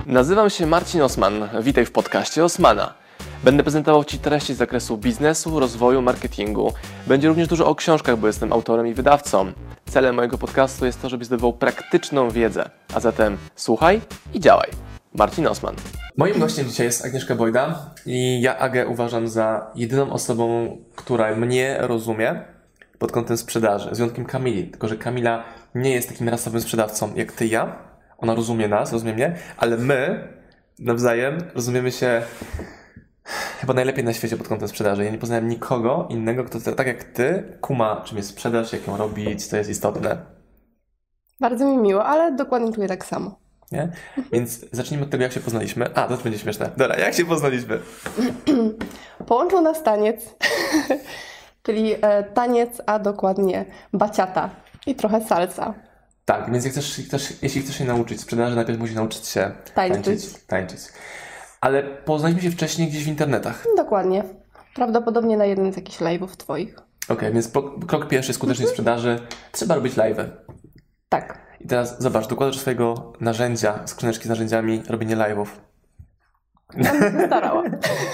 Nazywam się Marcin Osman. Witaj w podcaście Osmana. Będę prezentował Ci treści z zakresu biznesu, rozwoju, marketingu. Będzie również dużo o książkach, bo jestem autorem i wydawcą. Celem mojego podcastu jest to, żebyś zdobywał praktyczną wiedzę. A zatem słuchaj i działaj. Marcin Osman. Moim gościem dzisiaj jest Agnieszka Bojda i ja Agę uważam za jedyną osobą, która mnie rozumie pod kątem sprzedaży, z wyjątkiem Kamili. Tylko że Kamila nie jest takim rasowym sprzedawcą jak ty i ja. Ona rozumie nas, rozumie mnie, ale my nawzajem rozumiemy się chyba najlepiej na świecie pod kątem sprzedaży. Ja nie poznałem nikogo innego, kto tak jak ty kuma, czym jest sprzedaż, jak ją robić, co jest istotne. Bardzo mi miło, ale dokładnie czuję tak samo. Nie? Więc zacznijmy od tego, jak się poznaliśmy. To będzie śmieszne. Dobra, jak się poznaliśmy? Połączył nas taniec, czyli taniec, a dokładnie baciata i trochę salsa. Tak, więc jeśli chcesz się nauczyć sprzedaży, najpierw musisz nauczyć się tańczyć. Ale poznaliśmy się wcześniej gdzieś w internetach. Dokładnie. Prawdopodobnie na jednym z jakichś live'ów twoich. Okej, więc krok pierwszy skutecznej sprzedaży. Trzeba robić live'y. Tak. I teraz zobacz, dokładasz swojego narzędzia, skrzyneczki z narzędziami, robienie live'ów. Starała.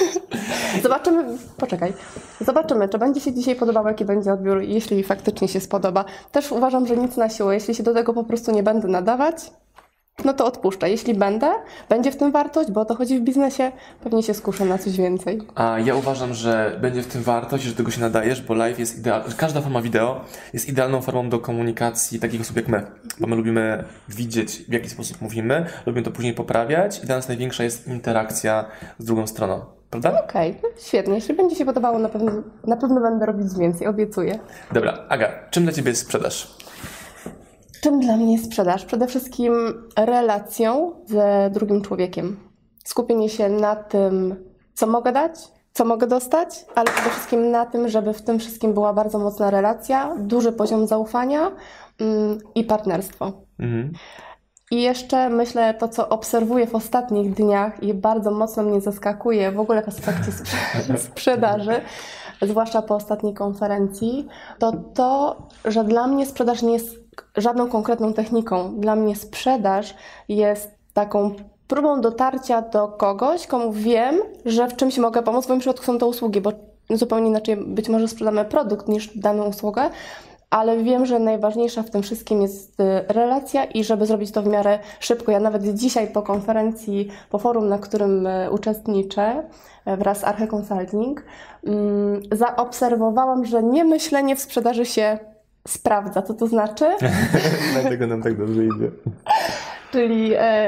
Zobaczymy, czy będzie się dzisiaj podobało, jaki będzie odbiór, jeśli faktycznie się spodoba. Też uważam, że nic na siłę. Jeśli się do tego po prostu nie będę nadawać, no to odpuszczę. Jeśli będzie w tym wartość, bo o to chodzi w biznesie, pewnie się skuszę na coś więcej. A ja uważam, że będzie w tym wartość, że do tego się nadajesz, bo live jest idealny. Każda forma wideo jest idealną formą do komunikacji takich osób jak my. Bo my lubimy widzieć, w jaki sposób mówimy, lubimy to później poprawiać i dla nas największa jest interakcja z drugą stroną. Prawda? Okej, świetnie. Jeśli będzie się podobało, na pewno będę robić więcej, obiecuję. Dobra, Aga, czym dla Ciebie jest sprzedaż? Czym dla mnie jest sprzedaż? Przede wszystkim relacją ze drugim człowiekiem. Skupienie się na tym, co mogę dać, co mogę dostać, ale przede wszystkim na tym, żeby w tym wszystkim była bardzo mocna relacja, duży poziom zaufania i partnerstwo. Mhm. I jeszcze myślę, to co obserwuję w ostatnich dniach i bardzo mocno mnie zaskakuje w ogóle w aspekcie sprzedaży, zwłaszcza po ostatniej konferencji, to, że dla mnie sprzedaż nie jest żadną konkretną techniką. Dla mnie sprzedaż jest taką próbą dotarcia do kogoś, komu wiem, że w czymś mogę pomóc. W moim przypadku są to usługi, bo zupełnie inaczej być może sprzedamy produkt niż daną usługę, ale wiem, że najważniejsza w tym wszystkim jest relacja i żeby zrobić to w miarę szybko. Ja nawet dzisiaj po konferencji, po forum, na którym uczestniczę wraz z Arche Consulting, zaobserwowałam, że niemyślenie w sprzedaży się sprawdza. Co to znaczy? Dlatego nam tak dobrze idzie. Czyli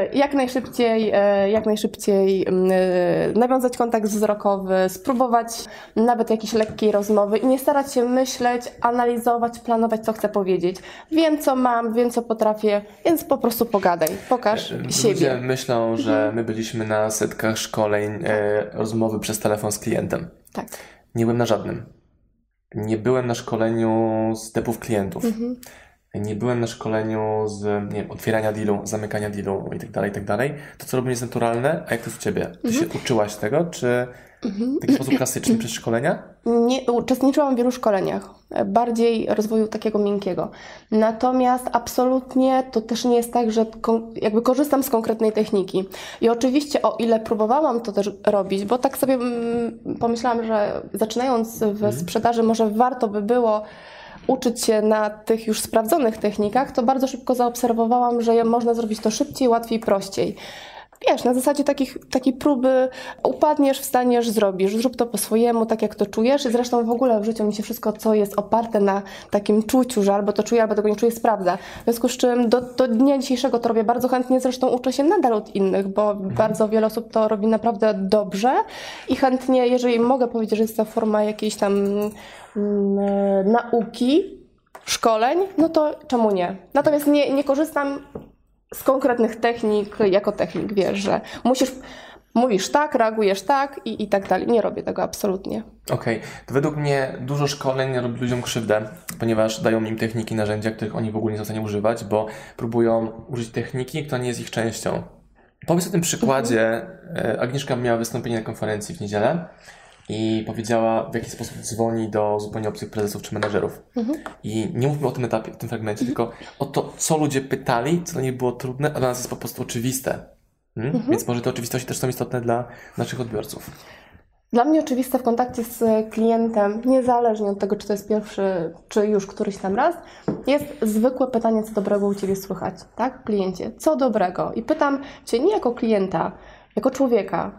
jak najszybciej nawiązać kontakt wzrokowy, spróbować nawet jakiejś lekkiej rozmowy i nie starać się myśleć, analizować, planować, co chcę powiedzieć. Wiem, co mam, wiem, co potrafię, więc po prostu pogadaj, pokaż siebie. Ludzie myślą, że my byliśmy na setkach szkoleń, rozmowy przez telefon z klientem. Tak. Nie byłem na żadnym. Nie byłem na szkoleniu z typów klientów. Mhm. Nie byłem na szkoleniu z otwierania dealu, zamykania dealu i tak dalej. To, co robię, jest naturalne. A jak to jest u Ciebie? Ty się uczyłaś tego, czy w taki sposób klasyczny przez szkolenia? Nie, uczestniczyłam w wielu szkoleniach. Bardziej rozwoju takiego miękkiego. Natomiast absolutnie to też nie jest tak, że jakby korzystam z konkretnej techniki. I oczywiście o ile próbowałam to też robić, bo tak sobie pomyślałam, że zaczynając w sprzedaży może warto by było uczyć się na tych już sprawdzonych technikach, to bardzo szybko zaobserwowałam, że można zrobić to szybciej, łatwiej, prościej. Wiesz, na zasadzie takiej próby upadniesz, wstaniesz, zrobisz. Zrób to po swojemu, tak jak to czujesz. I zresztą w ogóle w życiu mi się wszystko, co jest oparte na takim czuciu, że albo to czuję, albo tego nie czuję, sprawdza. W związku z czym do dnia dzisiejszego to robię bardzo chętnie. Zresztą uczę się nadal od innych, bo bardzo wiele osób to robi naprawdę dobrze. I chętnie, jeżeli mogę powiedzieć, że jest to forma jakiejś tam nauki, szkoleń, no to czemu nie? Natomiast nie korzystam z konkretnych technik jako technik, wiesz, że mówisz tak, reagujesz tak i tak dalej. Nie robię tego absolutnie. Okej. To według mnie dużo szkoleń robi ludziom krzywdę, ponieważ dają im techniki, narzędzia, których oni w ogóle nie są w stanie używać, bo próbują użyć techniki, która nie jest ich częścią. Powiedz o tym przykładzie. Agnieszka miała wystąpienie na konferencji w niedzielę i powiedziała, w jaki sposób dzwoni do zupełnie obcych prezesów czy menedżerów. I nie mówmy o tym etapie, w tym fragmencie, tylko o to, co ludzie pytali, co dla nich było trudne, a dla nas jest po prostu oczywiste. Więc może te oczywistości też są istotne dla naszych odbiorców. Dla mnie oczywiste w kontakcie z klientem, niezależnie od tego, czy to jest pierwszy, czy już któryś tam raz, jest zwykłe pytanie, co dobrego u Ciebie słychać, tak? Kliencie, co dobrego? I pytam Cię nie jako klienta, jako człowieka.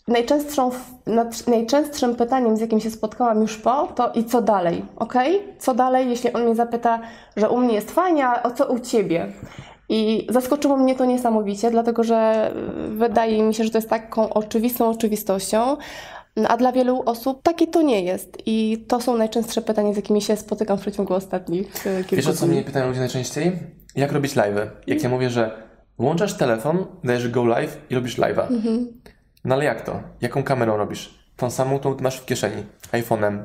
Najczęstszym pytaniem, z jakim się spotkałam już to i co dalej, ok? Co dalej, jeśli on mnie zapyta, że u mnie jest fajnie, a co u Ciebie? I zaskoczyło mnie to niesamowicie, dlatego że wydaje mi się, że to jest taką oczywistą oczywistością, a dla wielu osób takie to nie jest. I to są najczęstsze pytania, z jakimi się spotykam w przeciągu ostatnich kilku dni. Wiesz, o co mnie pytają ludzie najczęściej? Jak robić live'y? Jak ja mówię, że włączasz telefon, dajesz go live i robisz live'a. No ale jak to? Jaką kamerą robisz? Tą samą, tą ty masz w kieszeni. iPhone'em.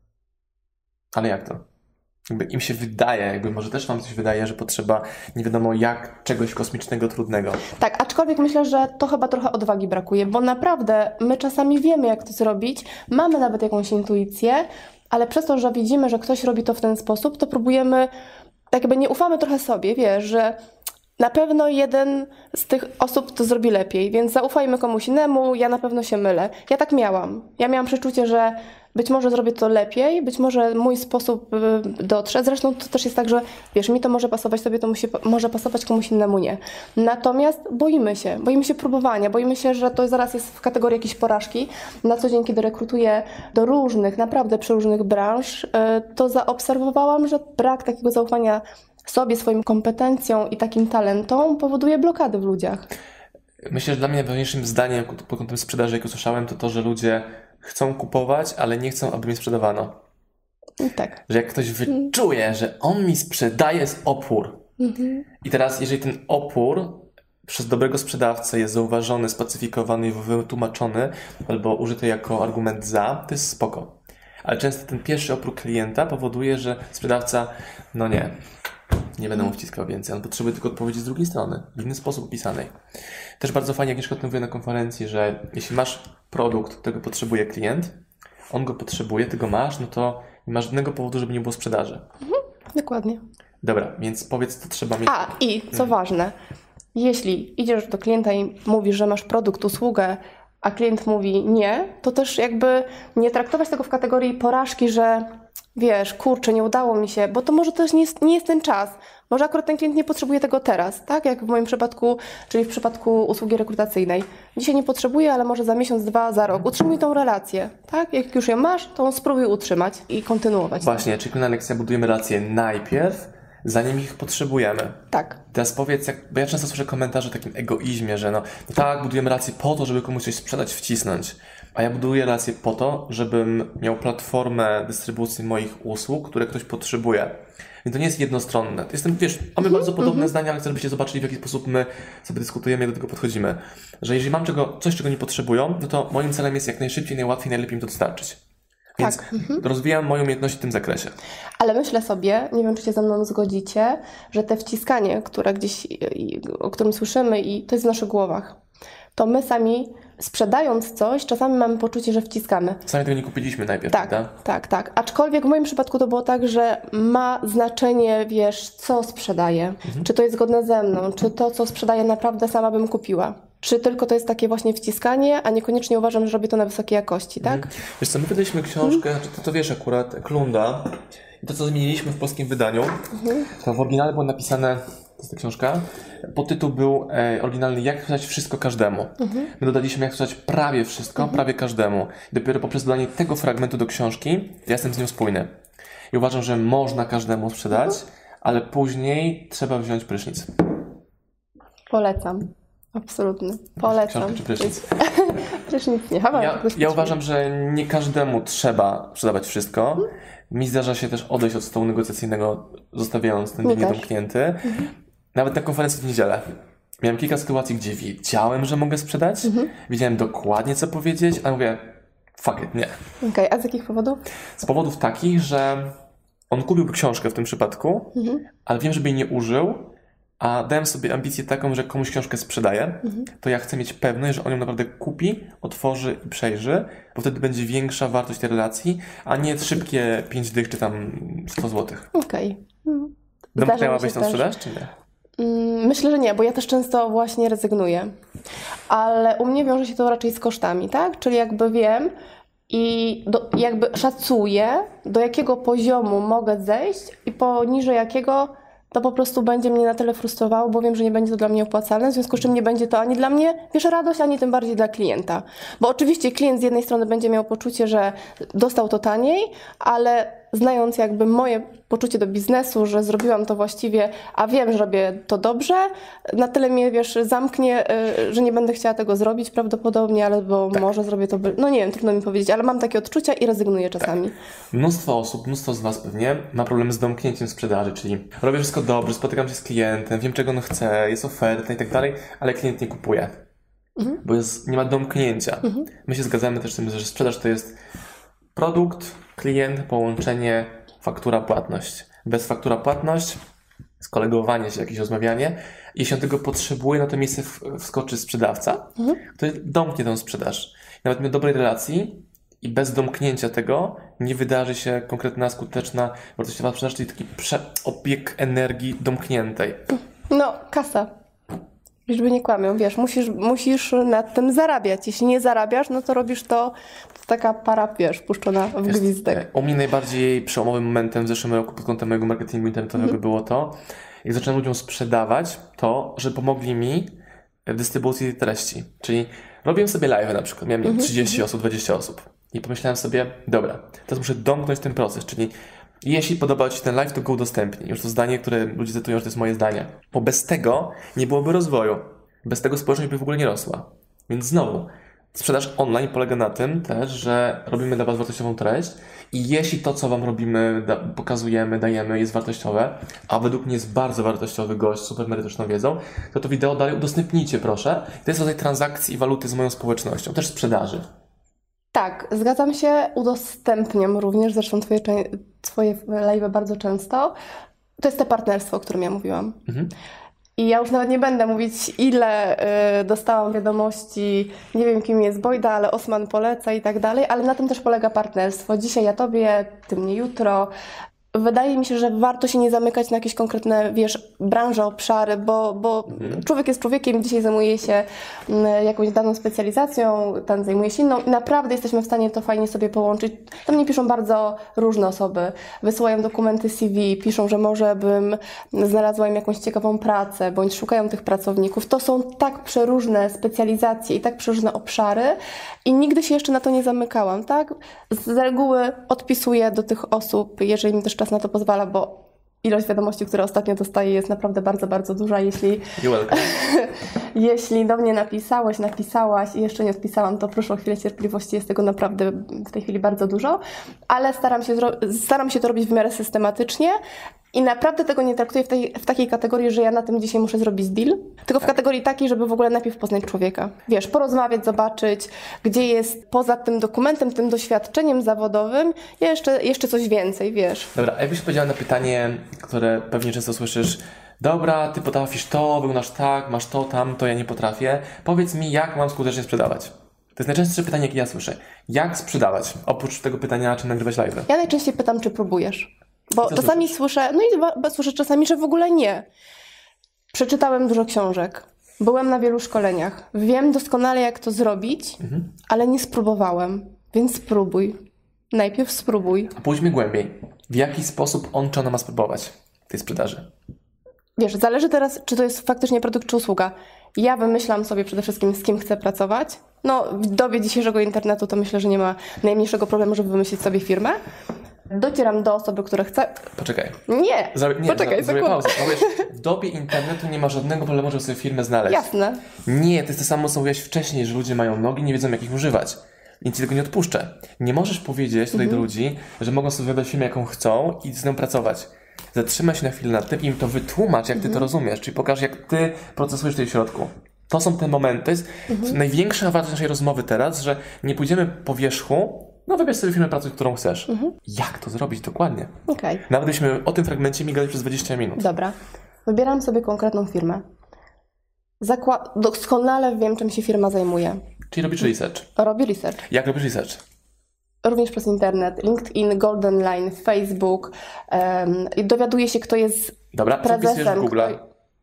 Ale jak to? Jakby im się wydaje, może też wam coś wydaje, że potrzeba nie wiadomo jak czegoś kosmicznego, trudnego. Tak, aczkolwiek myślę, że to chyba trochę odwagi brakuje, bo naprawdę my czasami wiemy, jak to zrobić, mamy nawet jakąś intuicję, ale przez to, że widzimy, że ktoś robi to w ten sposób, to próbujemy, tak jakby nie ufamy trochę sobie, wiesz, że na pewno jeden z tych osób to zrobi lepiej, więc zaufajmy komuś innemu, ja na pewno się mylę. Ja tak miałam. Ja miałam przeczucie, że być może zrobię to lepiej, być może mój sposób dotrze. Zresztą to też jest tak, że wiesz, mi to może pasować, tobie to może pasować, komuś innemu nie. Natomiast boimy się próbowania, boimy się, że to zaraz jest w kategorii jakiejś porażki. Na co dzień, kiedy rekrutuję do różnych, naprawdę przeróżnych branż, to zaobserwowałam, że brak takiego zaufania sobie, swoim kompetencjom i takim talentom powoduje blokady w ludziach. Myślę, że dla mnie najważniejszym zdaniem pod kątem sprzedaży, jak usłyszałem, to że ludzie chcą kupować, ale nie chcą, aby mi sprzedawano. Tak. Że jak ktoś wyczuje, że on mi sprzedaje z opór. I teraz, jeżeli ten opór przez dobrego sprzedawcę jest zauważony, spacyfikowany i wytłumaczony, albo użyty jako argument za, to jest spoko. Ale często ten pierwszy opór klienta powoduje, że sprzedawca, no nie będę mu wciskał więcej. On potrzebuje tylko odpowiedzi z drugiej strony, w inny sposób opisanej. Też bardzo fajnie, jak Agnieszka mówiła na konferencji, że jeśli masz produkt, którego potrzebuje klient, on go potrzebuje, ty go masz, no to nie masz żadnego powodu, żeby nie było sprzedaży. Dokładnie. Dobra, więc powiedz, co trzeba mieć. I co ważne, jeśli idziesz do klienta i mówisz, że masz produkt, usługę, a klient mówi nie, to też jakby nie traktować tego w kategorii porażki, że wiesz, kurczę, nie udało mi się, bo to może też nie jest ten czas. Może akurat ten klient nie potrzebuje tego teraz, tak? Jak w moim przypadku, czyli w przypadku usługi rekrutacyjnej. Dzisiaj nie potrzebuje, ale może za miesiąc, 2, za rok. Utrzymuj tą relację, tak? Jak już ją masz, to spróbuj utrzymać i kontynuować. Właśnie, czyli kolejna lekcja, budujemy relacje najpierw, zanim ich potrzebujemy. Tak. Teraz powiedz, bo ja często słyszę komentarze o takim egoizmie, że no tak, budujemy relacje po to, żeby komuś coś sprzedać, wcisnąć. A ja buduję relacje po to, żebym miał platformę dystrybucji moich usług, które ktoś potrzebuje. Więc to nie jest jednostronne. Mamy bardzo podobne zdania, ale chcę, żebyście zobaczyli, w jaki sposób my sobie dyskutujemy i do tego podchodzimy. Że jeżeli mam coś, czego nie potrzebują, no to moim celem jest jak najszybciej, najłatwiej, najlepiej im to dostarczyć. Więc rozwijam moją umiejętność w tym zakresie. Ale myślę sobie, nie wiem, czy się ze mną zgodzicie, że te wciskanie, które gdzieś, o którym słyszymy i to jest w naszych głowach, to my sami sprzedając coś, czasami mamy poczucie, że wciskamy. Sami tego nie kupiliśmy najpierw, Tak. Aczkolwiek w moim przypadku to było tak, że ma znaczenie, wiesz, co sprzedaję. Czy to jest zgodne ze mną, czy to, co sprzedaję, naprawdę sama bym kupiła. Czy tylko to jest takie właśnie wciskanie, a niekoniecznie uważam, że robię to na wysokiej jakości, tak? Wiesz co, my wydaliśmy książkę, to wiesz akurat, Klunda. I to, co zmieniliśmy w polskim wydaniu, to w oryginale było napisane, to jest ta książka, podtytuł był oryginalny Jak sprzedać wszystko każdemu. My dodaliśmy jak sprzedać prawie wszystko, prawie każdemu. Dopiero poprzez dodanie tego fragmentu do książki, ja jestem z nią spójny. I uważam, że można każdemu sprzedać, ale później trzeba wziąć prysznic. Polecam. Absolutnie. Polecam. Książkę czy prysznic? Prysznic nie. Ja uważam, że nie każdemu trzeba sprzedawać wszystko. Mi zdarza się też odejść od stołu negocjacyjnego, zostawiając ten dzień niedomknięty. Nawet na konferencji w niedzielę. Miałem kilka sytuacji, gdzie wiedziałem, że mogę sprzedać. Wiedziałem dokładnie, co powiedzieć, a mówię, fuck it, nie. Okej, a z jakich powodów? Z powodów takich, że on kupił książkę w tym przypadku, ale wiem, żeby jej nie użył, a dałem sobie ambicję taką, że komuś książkę sprzedaję, to ja chcę mieć pewność, że on ją naprawdę kupi, otworzy i przejrzy, bo wtedy będzie większa wartość tej relacji, a nie szybkie 5 dych czy tam 100 zł. Okej. Domknęłabyś tą sprzedaż, czy nie? Myślę, że nie, bo ja też często właśnie rezygnuję. ale u mnie wiąże się to raczej z kosztami, tak? Czyli jakby wiem i jakby szacuję, do jakiego poziomu mogę zejść i poniżej jakiego to po prostu będzie mnie na tyle frustrowało, bo wiem, że nie będzie to dla mnie opłacalne, w związku z czym nie będzie to ani dla mnie, radość, ani tym bardziej dla klienta. Bo oczywiście klient z jednej strony będzie miał poczucie, że dostał to taniej, ale znając jakby moje poczucie do biznesu, że zrobiłam to właściwie, a wiem, że robię to dobrze, na tyle mnie, zamknie, że nie będę chciała tego zrobić prawdopodobnie, albo może zrobię to, no nie wiem, trudno mi powiedzieć, ale mam takie odczucia i rezygnuję czasami. Tak. Mnóstwo osób, mnóstwo z Was pewnie ma problem z domknięciem sprzedaży, czyli robię wszystko dobrze, spotykam się z klientem, wiem czego on chce, jest oferta i tak dalej, ale klient nie kupuje, bo nie ma domknięcia. My się zgadzamy też z tym, że sprzedaż to jest produkt, klient, połączenie, faktura, płatność. Bez faktura, płatność, skolegowanie się, jakieś rozmawianie. Jeśli on tego potrzebuje, na to miejsce wskoczy sprzedawca, który domknie tą sprzedaż. Nawet my dobrej relacji i bez domknięcia tego nie wydarzy się konkretna, skuteczna, wartościowa sprzedaż, czyli taki obieg energii domkniętej. No, kasa. Liczby nie kłamią, wiesz, musisz nad tym zarabiać. Jeśli nie zarabiasz, no to robisz to taka para, wiesz, puszczona w gwizdek. U mnie najbardziej przełomowym momentem w zeszłym roku pod kątem mojego marketingu internetowego było to, jak zacząłem ludziom sprzedawać to, że pomogli mi w dystrybucji treści. Czyli robiłem sobie live na przykład, miałem 30 osób, 20 osób i pomyślałem sobie, dobra, teraz muszę domknąć ten proces, czyli jeśli podobał Ci ten live, to go udostępnij. Już to zdanie, które ludzie cytują, że to jest moje zdanie. Bo bez tego nie byłoby rozwoju. Bez tego społeczność by w ogóle nie rosła. Więc znowu, sprzedaż online polega na tym też, że robimy dla Was wartościową treść i jeśli to, co Wam robimy, pokazujemy, dajemy, jest wartościowe, a według mnie jest bardzo wartościowy gość, super merytoryczną wiedzą, to wideo dalej udostępnijcie, proszę. I to jest rodzaj transakcji i waluty z moją społecznością, też sprzedaży. Tak, zgadzam się, udostępniam również, zresztą Twoje live'y bardzo często. To jest to partnerstwo, o którym ja mówiłam. I ja już nawet nie będę mówić, ile dostałam wiadomości, nie wiem kim jest Bojda, ale Osman poleca i tak dalej, ale na tym też polega partnerstwo. Dzisiaj ja Tobie, Ty mnie jutro. Wydaje mi się, że warto się nie zamykać na jakieś konkretne, branże, obszary, bo człowiek jest człowiekiem, dzisiaj zajmuje się jakąś daną specjalizacją, ten zajmuje się inną i naprawdę jesteśmy w stanie to fajnie sobie połączyć. Do mnie piszą bardzo różne osoby, wysyłają dokumenty CV, piszą, że może bym znalazła im jakąś ciekawą pracę, bądź szukają tych pracowników. To są tak przeróżne specjalizacje i tak przeróżne obszary i nigdy się jeszcze na to nie zamykałam, tak? Z reguły odpisuję do tych osób, jeżeli mi też czas na to pozwala, bo ilość wiadomości, które ostatnio dostaję, jest naprawdę bardzo, bardzo duża. Jeśli do mnie napisałaś i jeszcze nie odpisałam, to proszę o chwilę cierpliwości, jest tego naprawdę w tej chwili bardzo dużo, ale staram się to robić w miarę systematycznie i naprawdę tego nie traktuję w takiej kategorii, że ja na tym dzisiaj muszę zrobić deal, tylko w kategorii takiej, żeby w ogóle najpierw poznać człowieka. Porozmawiać, zobaczyć, gdzie jest poza tym dokumentem, tym doświadczeniem zawodowym jeszcze coś więcej, Dobra, a jakbyś powiedziała na pytanie, które pewnie często słyszysz, dobra, Ty potrafisz to, wyglądasz tak, masz to, tamto, ja nie potrafię. Powiedz mi, jak mam skutecznie sprzedawać? To jest najczęstsze pytanie, jakie ja słyszę. Jak sprzedawać? Oprócz tego pytania, czy nagrywać live'y. Ja najczęściej pytam, czy próbujesz. Bo czasami słyszę, słyszę czasami, że w ogóle nie. Przeczytałem dużo książek, byłem na wielu szkoleniach, wiem doskonale, jak to zrobić, ale nie spróbowałem, więc spróbuj. Najpierw spróbuj. A pójdźmy głębiej. W jaki sposób on czy ona ma spróbować tej sprzedaży? Zależy teraz, czy to jest faktycznie produkt czy usługa. Ja wymyślam sobie przede wszystkim, z kim chcę pracować. W dobie dzisiejszego internetu to myślę, że nie ma najmniejszego problemu, żeby wymyślić sobie firmę. Docieram do osoby, która chce... Poczekaj. Nie, poczekaj, zrobię pauzę. W dobie internetu nie ma żadnego problemu, żeby sobie firmę znaleźć. Jasne. Nie, to jest to samo, co mówiłaś wcześniej, że ludzie mają nogi, nie wiedzą, jak ich używać. Nic ci tego nie odpuszczę. Nie możesz powiedzieć tutaj do ludzi, że mogą sobie wybrać firmę, jaką chcą i z nią pracować. Zatrzymaj się na chwilę nad tym i im to wytłumacz, jak ty to rozumiesz, czyli pokaż, jak ty procesujesz w tym środku. To są te momenty, to jest największa wartość naszej rozmowy teraz, że nie pójdziemy po wierzchu, wybierz sobie firmę, pracuj, którą chcesz. Jak to zrobić dokładnie? Okay. Nawet byśmy o tym fragmencie migali przez 20 minut. Dobra. Wybieram sobie konkretną firmę. Doskonale wiem, czym się firma zajmuje. Czyli robisz research. Robię research. Jak robisz research? Również przez internet, LinkedIn, Golden Line, Facebook. Dowiaduję się, kto jest prezesem. Co wpisujesz w Google?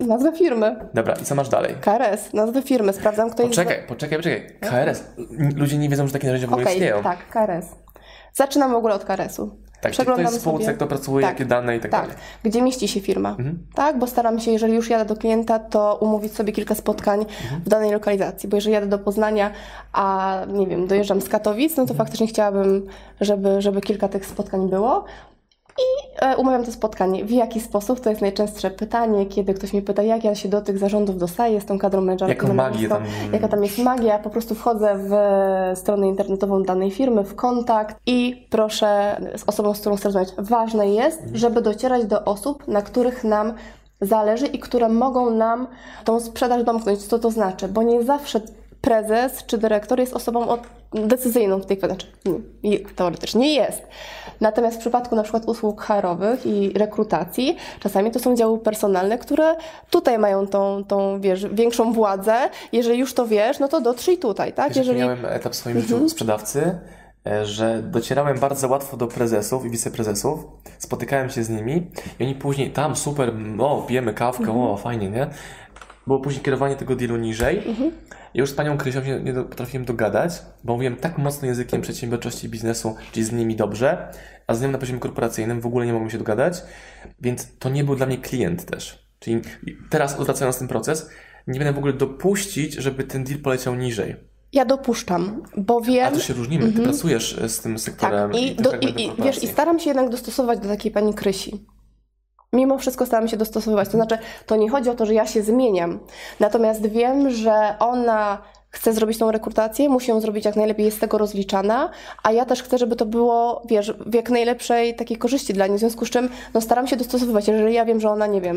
Nazwę firmy. Dobra, i co masz dalej? KRS, nazwę firmy, sprawdzam kto jest... Poczekaj. KRS. Ludzie nie wiedzą, że takie narzędzia w ogóle istnieją. Tak, KRS. Zaczynam w ogóle od KRS-u. Tak, to jest spółce, kto pracuje, jakie dane i tak dalej. Gdzie mieści się firma. Tak, bo staram się, jeżeli już jadę do klienta, to umówić sobie kilka spotkań w danej lokalizacji, bo jeżeli jadę do Poznania, a nie wiem, dojeżdżam z Katowic, no to faktycznie chciałabym, żeby kilka tych spotkań było. I umawiam to spotkanie. W jaki sposób? To jest najczęstsze pytanie, kiedy ktoś mnie pyta, jak ja się do tych zarządów dostaję, jestem kadrą menedżerską. Jaka tam jest magia? Po prostu wchodzę w stronę internetową danej firmy, w kontakt i proszę z osobą, z którą chcę rozmawiać. Ważne jest, żeby docierać do osób, na których nam zależy i które mogą nam tą sprzedaż domknąć. Co to znaczy? Bo nie zawsze prezes czy dyrektor jest osobą decyzyjną w tej kwestii. Teoretycznie jest. Natomiast w przypadku na przykład usług HR-owych i rekrutacji, czasami to są działy personalne, które tutaj mają tą wiesz, większą władzę. Jeżeli już to wiesz, no to dotrzyj tutaj, tak? Miałem etap w swoim życiu sprzedawcy, że docierałem bardzo łatwo do prezesów i wiceprezesów, spotykałem się z nimi i oni później tam super, pijemy kawkę, fajnie, nie? Było później kierowanie tego dealu niżej. Ja już z panią Krysią się nie potrafiłem dogadać, bo mówiłem tak mocno językiem przedsiębiorczości i biznesu, czyli z nimi dobrze, a z nią na poziomie korporacyjnym w ogóle nie mogłem się dogadać, więc to nie był dla mnie klient też. Czyli teraz odwracając ten proces, nie będę w ogóle dopuścić, żeby ten deal poleciał niżej. Ja dopuszczam, bo wiem... A to się różnimy, ty pracujesz z tym sektorem. Tak, i staram się jednak dostosować do takiej pani Krysi. Mimo wszystko staram się dostosowywać. To znaczy, to nie chodzi o to, że ja się zmieniam. Natomiast wiem, że ona chce zrobić tą rekrutację, musi ją zrobić jak najlepiej, jest z tego rozliczana, a ja też chcę, żeby to było, wiesz, w jak najlepszej takiej korzyści dla niej. W związku z czym staram się dostosowywać. Jeżeli ja wiem, że ona, nie wiem,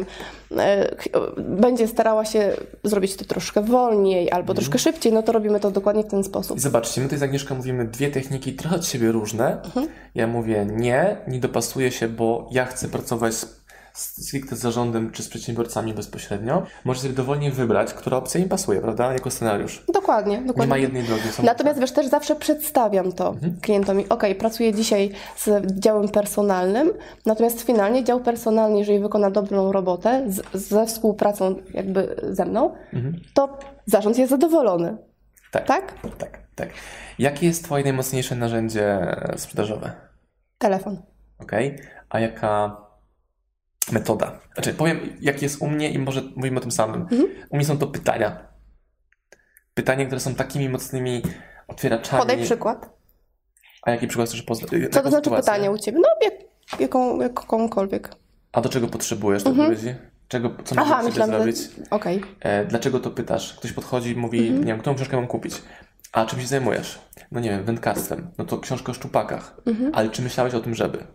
będzie starała się zrobić to troszkę wolniej albo troszkę szybciej, no to robimy to dokładnie w ten sposób. I zobaczcie, my tutaj z Agnieszką mówimy dwie techniki trochę od siebie różne. Ja mówię nie dopasuję się, bo ja chcę pracować stricte z zarządem czy z przedsiębiorcami bezpośrednio. Możesz sobie dowolnie wybrać, która opcja im pasuje, prawda? Jako scenariusz. Dokładnie. Nie ma jednej drogi. Natomiast wiesz, też zawsze przedstawiam to klientowi. Pracuję dzisiaj z działem personalnym, natomiast finalnie dział personalny, jeżeli wykona dobrą robotę ze współpracą jakby ze mną, to zarząd jest zadowolony. Tak? Tak. Jakie jest twoje najmocniejsze narzędzie sprzedażowe? Telefon. Okej. A jaka metoda? Znaczy, powiem, jak jest u mnie i może mówimy o tym samym. U mnie są to pytania. Pytania, które są takimi mocnymi otwieraczami. Podaj przykład. A jaki przykład chcesz poznać? Co to znaczy pytanie u Ciebie? No, jakąkolwiek. A do czego potrzebujesz tej odpowiedzi? Co mogę sobie zrobić? Okej. Dlaczego to pytasz? Ktoś podchodzi i mówi, nie wiem, którą książkę mam kupić? A czym się zajmujesz? No nie wiem, wędkarstwem. No to książka o szczupakach. Ale czy myślałeś o tym,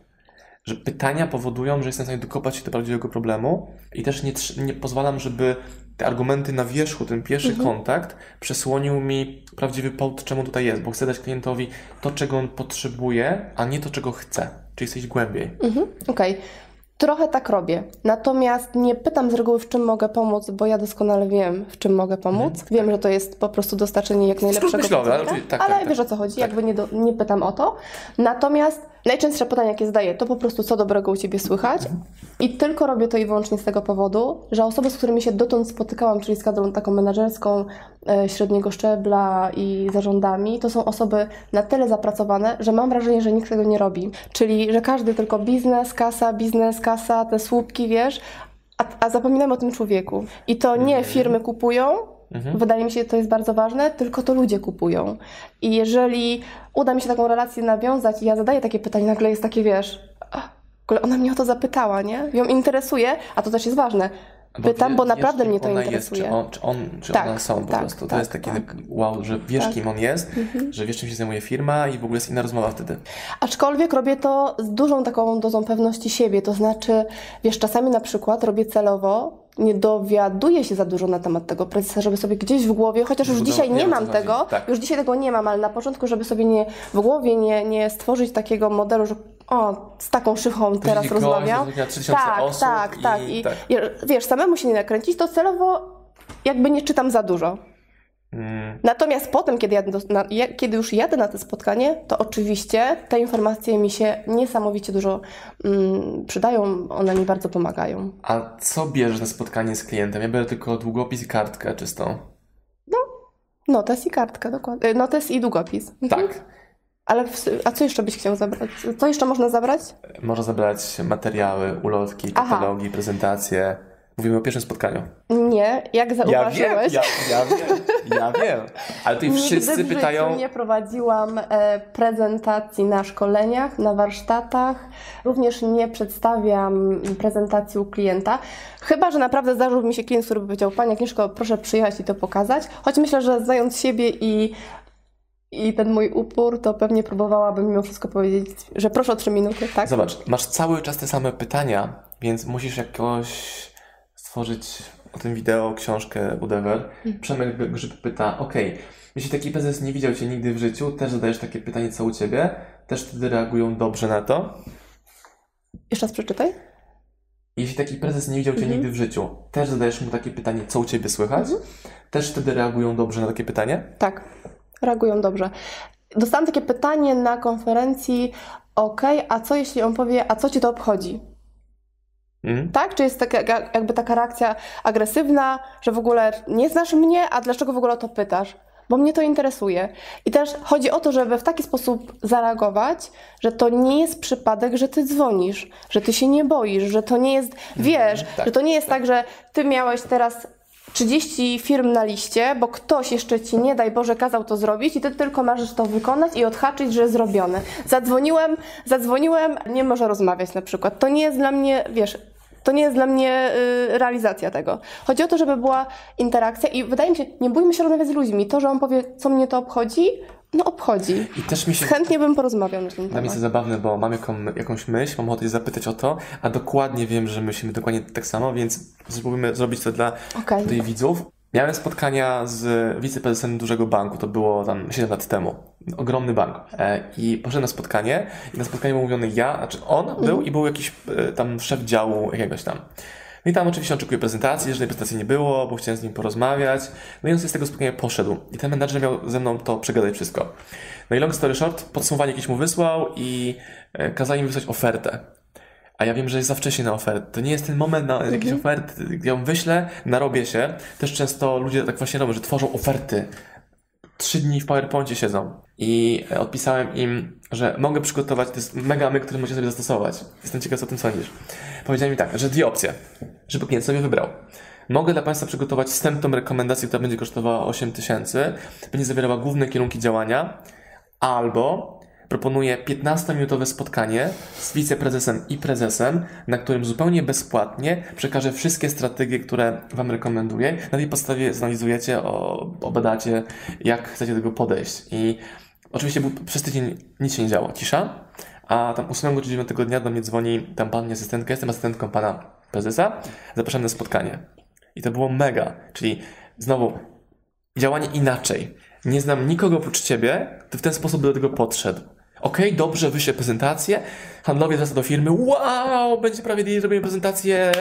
że pytania powodują, że jestem w stanie dokopać się do prawdziwego problemu i też nie pozwalam, żeby te argumenty na wierzchu, ten pierwszy kontakt przesłonił mi prawdziwy powód, czemu tutaj jest, bo chcę dać klientowi to, czego on potrzebuje, a nie to, czego chce, czyli chcę iść głębiej. Okej. Trochę tak robię. Natomiast nie pytam z reguły, w czym mogę pomóc, bo ja doskonale wiem, w czym mogę pomóc. Wiem, że to jest po prostu dostarczenie jak najlepszego produktu, ale wiesz o co chodzi, jakby nie pytam o to. Natomiast najczęstsze pytanie, jakie zadaję, to po prostu co dobrego u Ciebie słychać i tylko robię to i wyłącznie z tego powodu, że osoby, z którymi się dotąd spotykałam, czyli z kadrą taką menedżerską, średniego szczebla i zarządami, to są osoby na tyle zapracowane, że mam wrażenie, że nikt tego nie robi. Czyli, że każdy tylko biznes, kasa, te słupki, wiesz, a zapominamy o tym człowieku. I to nie firmy kupują, wydaje mi się, że to jest bardzo ważne, tylko to ludzie kupują. I jeżeli uda mi się taką relację nawiązać i ja zadaję takie pytanie, nagle jest takie, wiesz, ona mnie o to zapytała, nie? Ją interesuje, a to też jest ważne. Pytam, bo naprawdę mnie to interesuje. Czy ona są po prostu. To jest takie wow, że wiesz, kim on jest, że wiesz, czym się zajmuje firma i w ogóle jest inna rozmowa wtedy. Aczkolwiek robię to z dużą taką dozą pewności siebie, to znaczy, wiesz, czasami na przykład robię celowo, nie dowiaduję się za dużo na temat tego prezesa, żeby sobie gdzieś w głowie, chociaż już dzisiaj nie mam tego, już dzisiaj tego nie mam, ale na początku, żeby sobie w głowie nie stworzyć takiego modelu, że z taką szychą teraz rozmawiam. I wiesz, samemu się nie nakręcić, to celowo jakby nie czytam za dużo. Natomiast potem, kiedy już jadę na to spotkanie, to oczywiście te informacje mi się niesamowicie dużo przydają, one mi bardzo pomagają. A co bierzesz na spotkanie z klientem? Ja biorę tylko długopis i kartkę czystą. Notes i kartka, dokładnie. Notes i długopis. Tak. Ale a co jeszcze byś chciał zabrać? Co jeszcze można zabrać? Można zabrać materiały, ulotki, katalogi, prezentacje. Mówimy o pierwszym spotkaniu. Nie, jak zauważyłeś. Ja wiem. Ale tutaj wszyscy Nigdy w pytają... życiu nie prowadziłam prezentacji na szkoleniach, na warsztatach. Również nie przedstawiam prezentacji u klienta. Chyba że naprawdę zdarzył mi się klient, który powiedział: Pani Agnieszko, proszę przyjechać i to pokazać. Choć myślę, że znając siebie i ten mój upór, to pewnie próbowałabym mimo wszystko powiedzieć, że proszę o 3 minuty, tak? Zobacz, masz cały czas te same pytania, więc musisz jakoś stworzyć o tym wideo, książkę, whatever. Przemek Grzyb pyta: jeśli taki prezes nie widział Cię nigdy w życiu, też zadajesz takie pytanie, co u Ciebie? Też wtedy reagują dobrze na to? Jeszcze raz przeczytaj. Jeśli taki prezes nie widział Cię nigdy w życiu, też zadajesz mu takie pytanie, co u Ciebie słychać? Też wtedy reagują dobrze na takie pytanie? Tak, reagują dobrze. Dostałam takie pytanie na konferencji: a co jeśli on powie, a co Cię to obchodzi? Tak? Czy jest taka reakcja agresywna, że w ogóle nie znasz mnie, a dlaczego w ogóle o to pytasz? Bo mnie to interesuje. I też chodzi o to, żeby w taki sposób zareagować, że to nie jest przypadek, że ty dzwonisz, że ty się nie boisz, że to nie jest, wiesz, że to nie jest tak, że ty miałeś teraz 30 firm na liście, bo ktoś jeszcze ci, nie daj Boże, kazał to zrobić i ty tylko masz to wykonać i odhaczyć, że jest zrobione. Zadzwoniłem, nie może rozmawiać na przykład. To nie jest dla mnie, wiesz, to nie jest dla mnie realizacja tego. Chodzi o to, żeby była interakcja i wydaje mi się, nie bójmy się rozmawiać z ludźmi. To, że on powie, co mnie to obchodzi, no obchodzi. I też mi się... Chętnie bym porozmawiał na ten temat. Dla mnie jest to zabawne, bo mam jakąś myśl, mam ochotę zapytać o to, a dokładnie wiem, że myślimy dokładnie tak samo, więc spróbujmy zrobić to dla tutaj widzów. Miałem spotkania z wiceprezesem dużego banku, to było tam 7 lat temu. Ogromny bank. I poszedłem na spotkanie i na spotkaniu był mówiony on był i był jakiś tam szef działu jakiegoś tam. No i tam oczywiście oczekuję prezentacji, żadnej prezentacji nie było, bo chciałem z nim porozmawiać. No i on sobie z tego spotkania poszedł. I ten menadżer miał ze mną to przegadać wszystko. No i long story short, podsumowanie jakieś mu wysłał i kazali mi wysłać ofertę. A ja wiem, że jest za wcześnie na ofertę. To nie jest ten moment na jakieś oferty. Ja ją wyślę, narobię się. Też często ludzie tak właśnie robią, że tworzą oferty. 3 dni w PowerPoincie siedzą. I odpisałem im, że mogę przygotować, to jest mega myk, który możecie sobie zastosować. Jestem ciekaw, co o tym sądzisz. Powiedziałem mi tak, że 2 opcje, żeby klient sobie wybrał. Mogę dla Państwa przygotować wstępną rekomendację, która będzie kosztowała 8 000, będzie zawierała główne kierunki działania, albo proponuję 15-minutowe spotkanie z wiceprezesem i prezesem, na którym zupełnie bezpłatnie przekażę wszystkie strategie, które Wam rekomenduję. Na tej podstawie zanalizujecie, obadacie, jak chcecie do tego podejść. I oczywiście przez tydzień nic się nie działo, cisza, a tam 8 czy 9 dnia do mnie dzwoni tam pani asystentka, jestem asystentką pana prezesa, zapraszam na spotkanie. I to było mega, czyli znowu działanie inaczej. Nie znam nikogo oprócz Ciebie, kto w ten sposób do tego podszedł. Dobrze, wyślę prezentację, handlowiec wraca do firmy, wow, będzie prawie zrobiłem prezentację.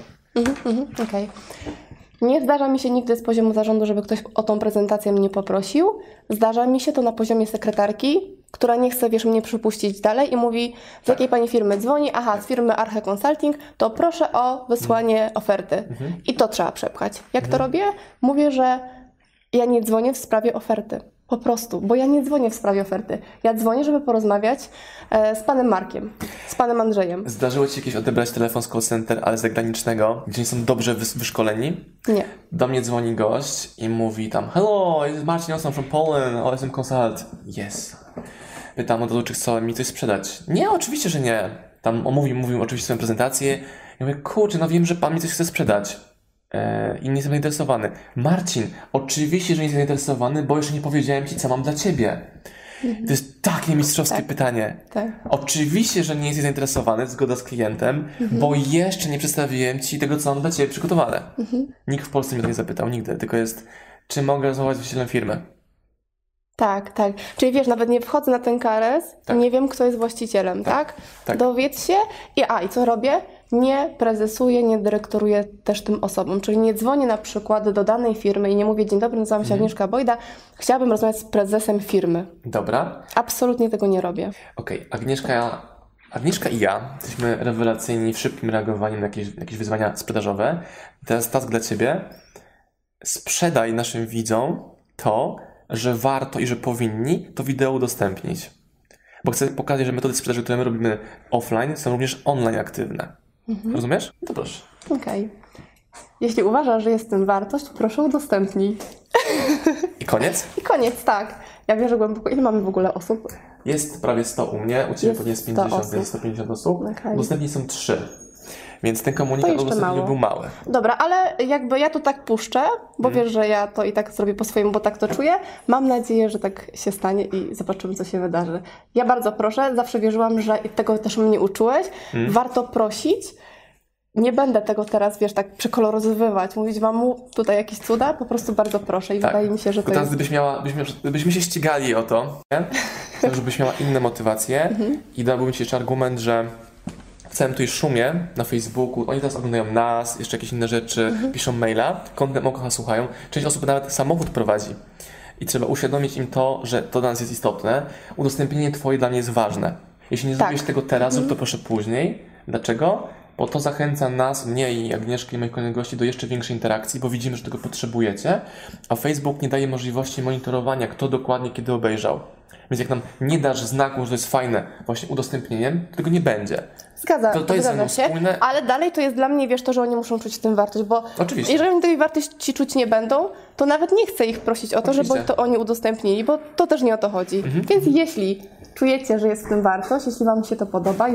Nie zdarza mi się nigdy z poziomu zarządu, żeby ktoś o tą prezentację mnie poprosił. Zdarza mi się to na poziomie sekretarki, która nie chce, mnie przypuścić dalej i mówi, z jakiej pani firmy dzwoni? Z firmy Arche Consulting, to proszę o wysłanie oferty. I to trzeba przepchać. Jak to robię? Mówię, że ja nie dzwonię w sprawie oferty. Po prostu, bo ja nie dzwonię w sprawie oferty. Ja dzwonię, żeby porozmawiać z panem Markiem, z panem Andrzejem. Zdarzyło Ci się kiedyś odebrać telefon z call center, ale zagranicznego, gdzie nie są dobrze wyszkoleni? Nie. Do mnie dzwoni gość i mówi tam: hello, this is Marcin Olson from Poland, OSM Consult. Yes. Pytam od razu, czy chce mi coś sprzedać. Nie, oczywiście, że nie. Tam mówił oczywiście swoją prezentację. Ja mówię, kurczę, wiem, że pan mi coś chce sprzedać. I nie jestem zainteresowany. Marcin, oczywiście, że nie jestem zainteresowany, bo jeszcze nie powiedziałem Ci, co mam dla Ciebie. To jest takie mistrzowskie pytanie. Tak. Oczywiście, że nie jesteś zainteresowany, zgoda z klientem, bo jeszcze nie przedstawiłem Ci tego, co mam dla Ciebie przygotowane. Nikt w Polsce mnie to nie zapytał, nigdy. Tylko jest, czy mogę rozmawiać z właścicielem firmy? Tak. Czyli nawet nie wchodzę na ten kares i nie wiem, kto jest właścicielem, tak? Dowiedz się i co robię? nie prezesuję, nie dyrektoruję też tym osobom. Czyli nie dzwonię na przykład do danej firmy i nie mówię: dzień dobry, nazywam się Agnieszka Bojda, chciałabym rozmawiać z prezesem firmy. Dobra. Absolutnie tego nie robię. Okej, Agnieszka i ja jesteśmy rewelacyjni w szybkim reagowaniu na jakieś wyzwania sprzedażowe. Teraz task dla Ciebie. Sprzedaj naszym widzom to, że warto i że powinni to wideo udostępnić. Bo chcę pokazać, że metody sprzedaży, które my robimy offline, są również online aktywne. Rozumiesz? To proszę. Okej. Jeśli uważasz, że jest w tym wartość, to proszę udostępnij. I koniec? I koniec, tak. Ja wierzę głęboko. Ile mamy w ogóle osób? Jest prawie 100 u mnie, u Ciebie Jest pewnie jest 100 50, osób. więc 150 osób. Okej. Udostępni są 3. Więc ten komunikat To o jeszcze udostępnieniu mało. był mały. Dobra, ale jakby ja to tak puszczę, bo wiesz, że ja to i tak zrobię po swojemu, bo tak to czuję. Mam nadzieję, że tak się stanie i zobaczymy, co się wydarzy. Ja bardzo proszę, zawsze wierzyłam, że i tego też mnie uczyłeś. Warto prosić. Nie będę tego teraz, wiesz, tak przekoloryzowywać, mówić wam tutaj jakieś cuda, po prostu bardzo proszę i wydaje mi się, że to teraz jest... gdybyśmy się ścigali o to, nie? To żebyś miała inne motywacje i dałbym Ci jeszcze argument, że w całym tutaj szumie na Facebooku, oni teraz oglądają nas, jeszcze jakieś inne rzeczy, piszą maila, kątem oka słuchają. Część osób nawet samochód prowadzi i trzeba uświadomić im to, że to dla nas jest istotne. Udostępnienie Twoje dla mnie jest ważne. Jeśli nie zrobisz tego teraz, zrób to proszę później. Dlaczego? Bo to zachęca nas, mnie i Agnieszkę i moich kolejnych gości do jeszcze większej interakcji, bo widzimy, że tego potrzebujecie, a Facebook nie daje możliwości monitorowania, kto dokładnie kiedy obejrzał. Więc jak nam nie dasz znaku, że to jest fajne właśnie udostępnieniem, to tego nie będzie. To jest ze mną się, spójne. ale dalej to jest dla mnie, wiesz, to, że oni muszą czuć w tym wartość, bo Oczywiście. jeżeli oni tej wartości czuć nie będą, to nawet nie chcę ich prosić o to, żeby Oczywiście. to oni udostępnili, bo to też nie o to chodzi. Więc jeśli czujecie, że jest w tym wartość, jeśli wam się to podoba,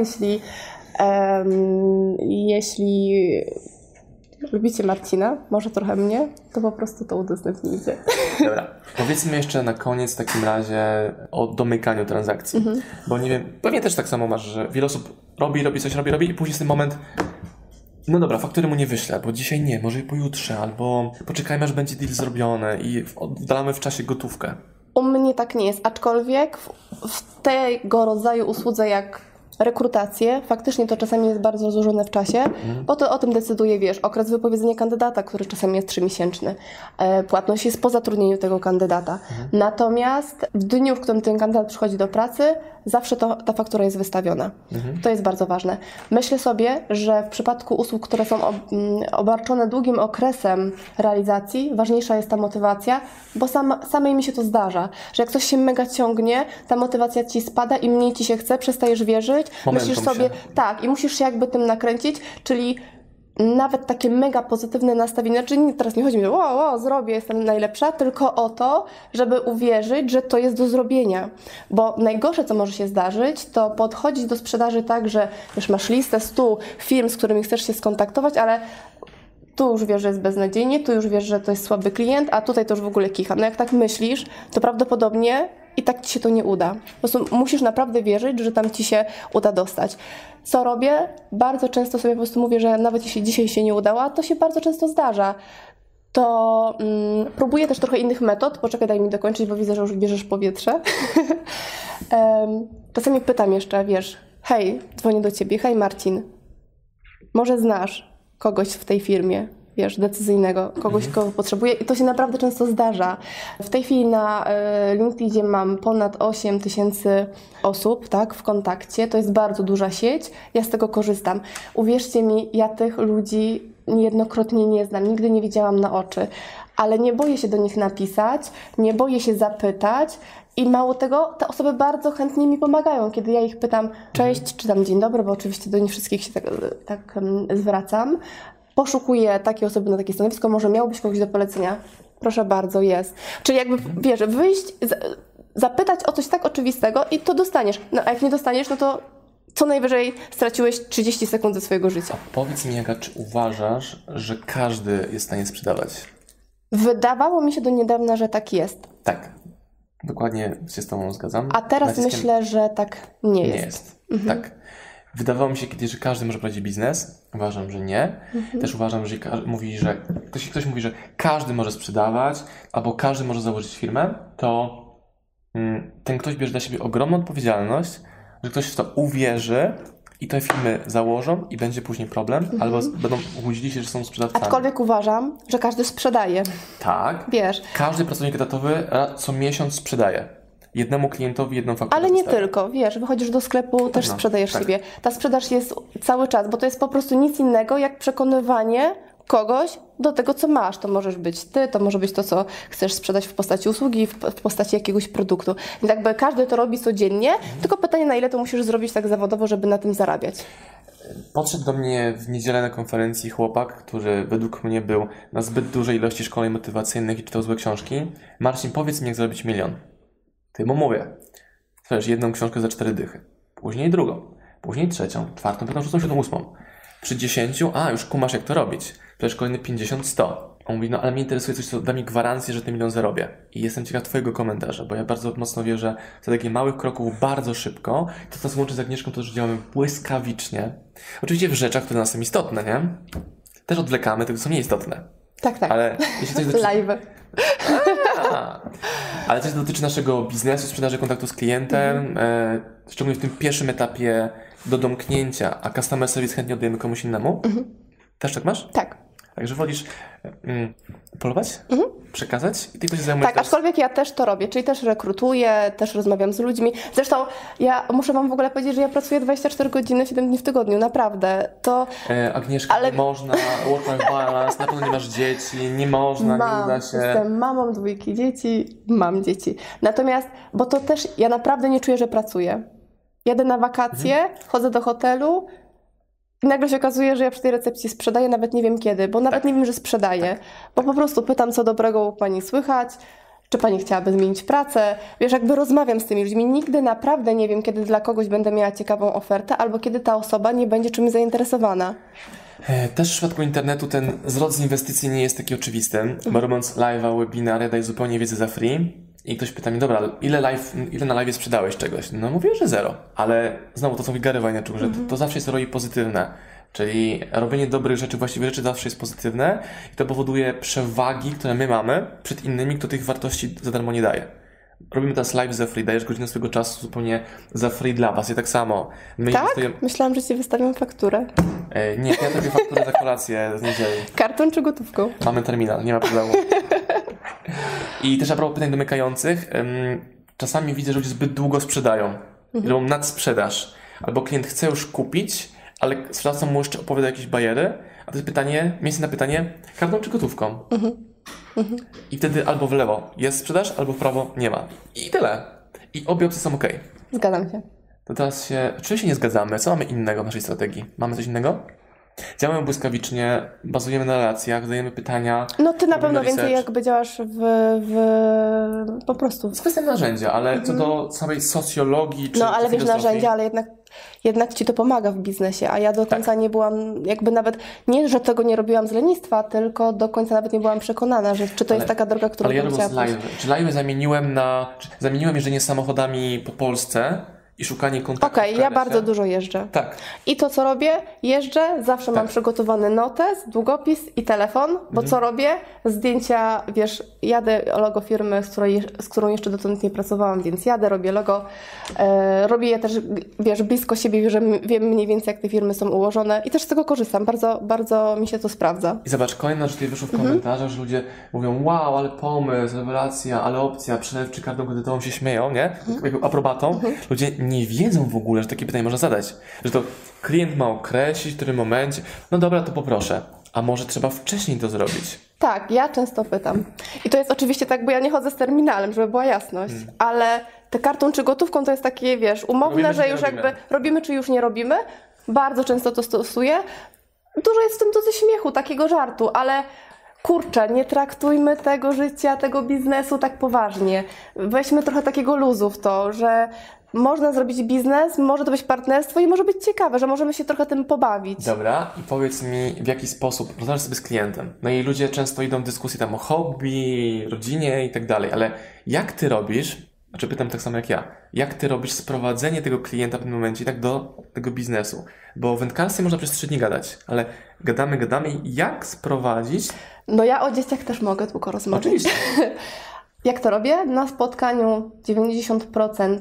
jeśli lubicie Marcina, może trochę mnie, to po prostu to udostępnijcie. Dobra, powiedzmy jeszcze na koniec w takim razie o domykaniu transakcji. Bo nie wiem, pewnie też tak samo masz, że wiele osób robi coś i później jest ten moment, no dobra, faktury mu nie wyślę, bo dzisiaj nie, może i pojutrze, albo poczekajmy, aż będzie deal zrobiony i oddalamy w czasie gotówkę. U mnie tak nie jest, aczkolwiek w tego rodzaju usłudze jak rekrutacje, faktycznie to czasami jest bardzo złożone w czasie, bo to o tym decyduje, wiesz, okres wypowiedzenia kandydata, który czasami jest 3-miesięczny. Płatność jest po zatrudnieniu tego kandydata. Natomiast w dniu, w którym ten kandydat przychodzi do pracy, zawsze ta faktura jest wystawiona. To jest bardzo ważne. Myślę sobie, że w przypadku usług, które są obarczone długim okresem realizacji, ważniejsza jest ta motywacja, bo samej mi się to zdarza, że jak coś się mega ciągnie, ta motywacja ci spada i mniej ci się chce, przestajesz wierzyć, myślisz sobie, tak, i musisz się jakby tym nakręcić, czyli nawet takie mega pozytywne nastawienie, znaczy teraz nie chodzi mi o wow, zrobię, jestem najlepsza, tylko o to, żeby uwierzyć, że to jest do zrobienia. Bo najgorsze, co może się zdarzyć, to podchodzić do sprzedaży tak, że już masz listę 100 firm, z którymi chcesz się skontaktować, ale tu już wiesz, że jest beznadziejnie, tu już wiesz, że to jest słaby klient, a tutaj to już w ogóle kicha. No jak tak myślisz, to prawdopodobnie i tak ci się to nie uda. Po prostu musisz naprawdę wierzyć, że tam ci się uda dostać. Co robię? Bardzo często sobie po prostu mówię, że nawet jeśli dzisiaj się nie udała, to się bardzo często zdarza. To próbuję też trochę innych metod. Poczekaj, daj mi dokończyć, bo widzę, że już bierzesz powietrze. Czasami pytam jeszcze, wiesz, hej, dzwonię do ciebie, hej Marcin, może znasz kogoś w tej firmie, wiesz, decyzyjnego, kogoś, kogo potrzebuję i to się naprawdę często zdarza. W tej chwili na LinkedInie mam ponad 8 000 osób, tak, w kontakcie, to jest bardzo duża sieć, ja z tego korzystam. Uwierzcie mi, ja tych ludzi niejednokrotnie nie znam, nigdy nie widziałam na oczy, ale nie boję się do nich napisać, nie boję się zapytać i mało tego, te osoby bardzo chętnie mi pomagają, kiedy ja ich pytam cześć, czy tam dzień dobry, bo oczywiście do nich wszystkich się tak zwracam. Poszukuję takiej osoby na takie stanowisko, może miałbyś kogoś do polecenia? Proszę bardzo, jest. Czyli jakby, wiesz, wyjść, zapytać o coś tak oczywistego i to dostaniesz. No a jak nie dostaniesz, no to co najwyżej straciłeś 30 sekund ze swojego życia. Powiedz mi, Aga, czy uważasz, że każdy jest w stanie sprzedawać? Wydawało mi się do niedawna, że tak jest. Tak, dokładnie się z Tobą zgadzam. A teraz myślę, że tak nie jest. Tak. Wydawało mi się kiedyś, że każdy może prowadzić biznes. Uważam, że nie. Też uważam, że ktoś mówi, że każdy może sprzedawać, albo każdy może założyć firmę, to ten ktoś bierze dla siebie ogromną odpowiedzialność, że ktoś w to uwierzy I te firmy założą i będzie później problem, albo będą łudzili się, że są sprzedawcami. Aczkolwiek uważam, że każdy sprzedaje. Tak. Wiesz. Każdy pracownik etatowy co miesiąc sprzedaje. Jednemu klientowi jedną fakturę. Ale nie wystawi. tylko, wiesz, wychodzisz do sklepu, też No, sprzedajesz tak. siebie. Ta sprzedaż jest cały czas, bo to jest po prostu nic innego jak przekonywanie kogoś do tego, co masz. To możesz być ty, to może być to, co chcesz sprzedać w postaci usługi, w postaci jakiegoś produktu. I jakby każdy to robi codziennie, tylko pytanie, na ile to musisz zrobić tak zawodowo, żeby na tym zarabiać. Podszedł do mnie w niedzielę na konferencji chłopak, który według mnie był na zbyt dużej ilości szkoleń motywacyjnych i czytał złe książki. Marcin, powiedz mi, jak zrobić 1 000 000. Ty mu mówię. Sprzedajesz jedną książkę za 4 dychy. Później drugą. Później trzecią, czwartą, piątą, szóstą, siódmą, 8. Przy 10, już kumasz, jak to robić. Przecież kolejny 50, 100. On mówi, no ale mnie interesuje coś, co da mi gwarancję, że ten 1 000 000 zarobię. I jestem ciekaw twojego komentarza, bo ja bardzo mocno wierzę w takich małych kroków bardzo szybko. To, co nas łączy z Agnieszką, to, że działamy błyskawicznie. Oczywiście w rzeczach, które dla nas są istotne, nie? Też odwlekamy, tylko są nieistotne. Tak. Ale jeśli coś dotyczy... Live. Ale coś dotyczy naszego biznesu, sprzedaży, kontaktu z klientem, szczególnie w tym pierwszym etapie do domknięcia, a customer service chętnie oddajemy komuś innemu. Też tak masz? Tak. Także wolisz polować, przekazać i ty ktoś się zajmuje Tak, aczkolwiek ja też to robię, czyli też rekrutuję, też rozmawiam z ludźmi. Zresztą ja muszę wam w ogóle powiedzieć, że ja pracuję 24 godziny, 7 dni w tygodniu, naprawdę. To... Agnieszka, nie można, work-life balance, na pewno nie masz dzieci, nie można, nie uda się. Jestem mamą 2 dzieci, mam dzieci. Natomiast, bo to też, ja naprawdę nie czuję, że pracuję. Jadę na wakacje, chodzę do hotelu i nagle się okazuje, że ja przy tej recepcji sprzedaję, nawet nie wiem kiedy, bo nawet nie wiem, że sprzedaję. Bo po prostu pytam, co dobrego u pani słychać, czy pani chciałaby zmienić pracę. Wiesz, jakby rozmawiam z tymi ludźmi. Nigdy naprawdę nie wiem, kiedy dla kogoś będę miała ciekawą ofertę, albo kiedy ta osoba nie będzie czymś zainteresowana. Też w przypadku internetu ten zwrot z inwestycji nie jest taki oczywisty, bo robiąc live'a, webinary, daj zupełnie wiedzę za free i ktoś pyta mnie, dobra, ile na live sprzedałeś czegoś? No mówię, że 0, ale znowu to są wigary Wajniaczuk, że to zawsze jest roli pozytywne, czyli robienie dobrych rzeczy, właściwych rzeczy zawsze jest pozytywne i to powoduje przewagi, które my mamy przed innymi, kto tych wartości za darmo nie daje. Robimy teraz live za free, dajesz godzinę swojego czasu zupełnie za free dla was i tak samo. My Tak? Myślałam, że ci wystawiam fakturę. Nie, ja robię fakturę za kolację z niedzieli. Kartą czy gotówką? Mamy terminal, nie ma problemu. I też a propos pytań domykających, czasami widzę, że ludzie zbyt długo sprzedają. Robią nadsprzedaż. Albo klient chce już kupić, ale sprzedawca mu jeszcze opowiada jakieś bajery, a to jest pytanie, miejsce na pytanie, kartą czy gotówką? I wtedy albo w lewo jest sprzedaż, albo w prawo nie ma. I tyle. I obie opcje są ok. Zgadzam się. To teraz się oczywiście nie zgadzamy. Co mamy innego w naszej strategii? Mamy coś innego? Działamy błyskawicznie, bazujemy na relacjach, zadajemy pytania. No ty na pewno research. więcej jakby działasz po prostu. To jest kwestia narzędzia, ale co do samej socjologii czy No ale wiesz, filozofii, narzędzia, ale jednak ci to pomaga w biznesie, a ja do końca nie byłam, jakby nawet, nie, że tego nie robiłam z lenistwa, tylko do końca nawet nie byłam przekonana, że czy to jest taka droga, którą ale ja bym robiąc chciała pójść. live. Czy live zamieniłem jeżdżenie samochodami po Polsce i szukanie kontaktów. Okej, ja bardzo dużo jeżdżę. Tak. I to, co robię, jeżdżę, zawsze mam przygotowany notes, długopis i telefon, bo co robię? Zdjęcia, wiesz, jadę o logo firmy, z którą jeszcze dotąd nie pracowałam, więc jadę, robię logo, robię je też, wiesz, blisko siebie, że wiem mniej więcej, jak te firmy są ułożone i też z tego korzystam, bardzo, bardzo mi się to sprawdza. I zobacz, kolejna rzecz, tutaj wyszło w komentarzach, że ludzie mówią, wow, ale pomysł, rewelacja, ale opcja, przelew czy kartą kredytową się śmieją, nie? Jakby aprobatą. Ludzie nie wiedzą w ogóle, że takie pytanie można zadać. Że to klient ma określić w którym momencie, no dobra, to poproszę. A może trzeba wcześniej to zrobić? Tak, ja często pytam. I to jest oczywiście tak, bo ja nie chodzę z terminalem, żeby była jasność, ale te kartą czy gotówką to jest takie, wiesz, umowne, Robimy, że czy już nie jakby robimy? robimy czy już nie robimy. Bardzo często to stosuję. Dużo jest w tym dosyć śmiechu, takiego żartu, ale kurczę, nie traktujmy tego życia, tego biznesu tak poważnie. Weźmy trochę takiego luzu w to, że można zrobić biznes, może to być partnerstwo i może być ciekawe, że możemy się trochę tym pobawić. Dobra, i powiedz mi, w jaki sposób rozmawiasz sobie z klientem. No i ludzie często idą w dyskusji tam o hobby, rodzinie i tak dalej, ale jak ty robisz, znaczy pytam tak samo jak ja, jak ty robisz sprowadzenie tego klienta w tym momencie tak do tego biznesu? Bo w wędkarstwie można przez 3 dni gadać, ale gadamy i jak sprowadzić? No ja o dzieciach też mogę tylko rozmawiać. Oczywiście. Jak to robię? Na spotkaniu 90%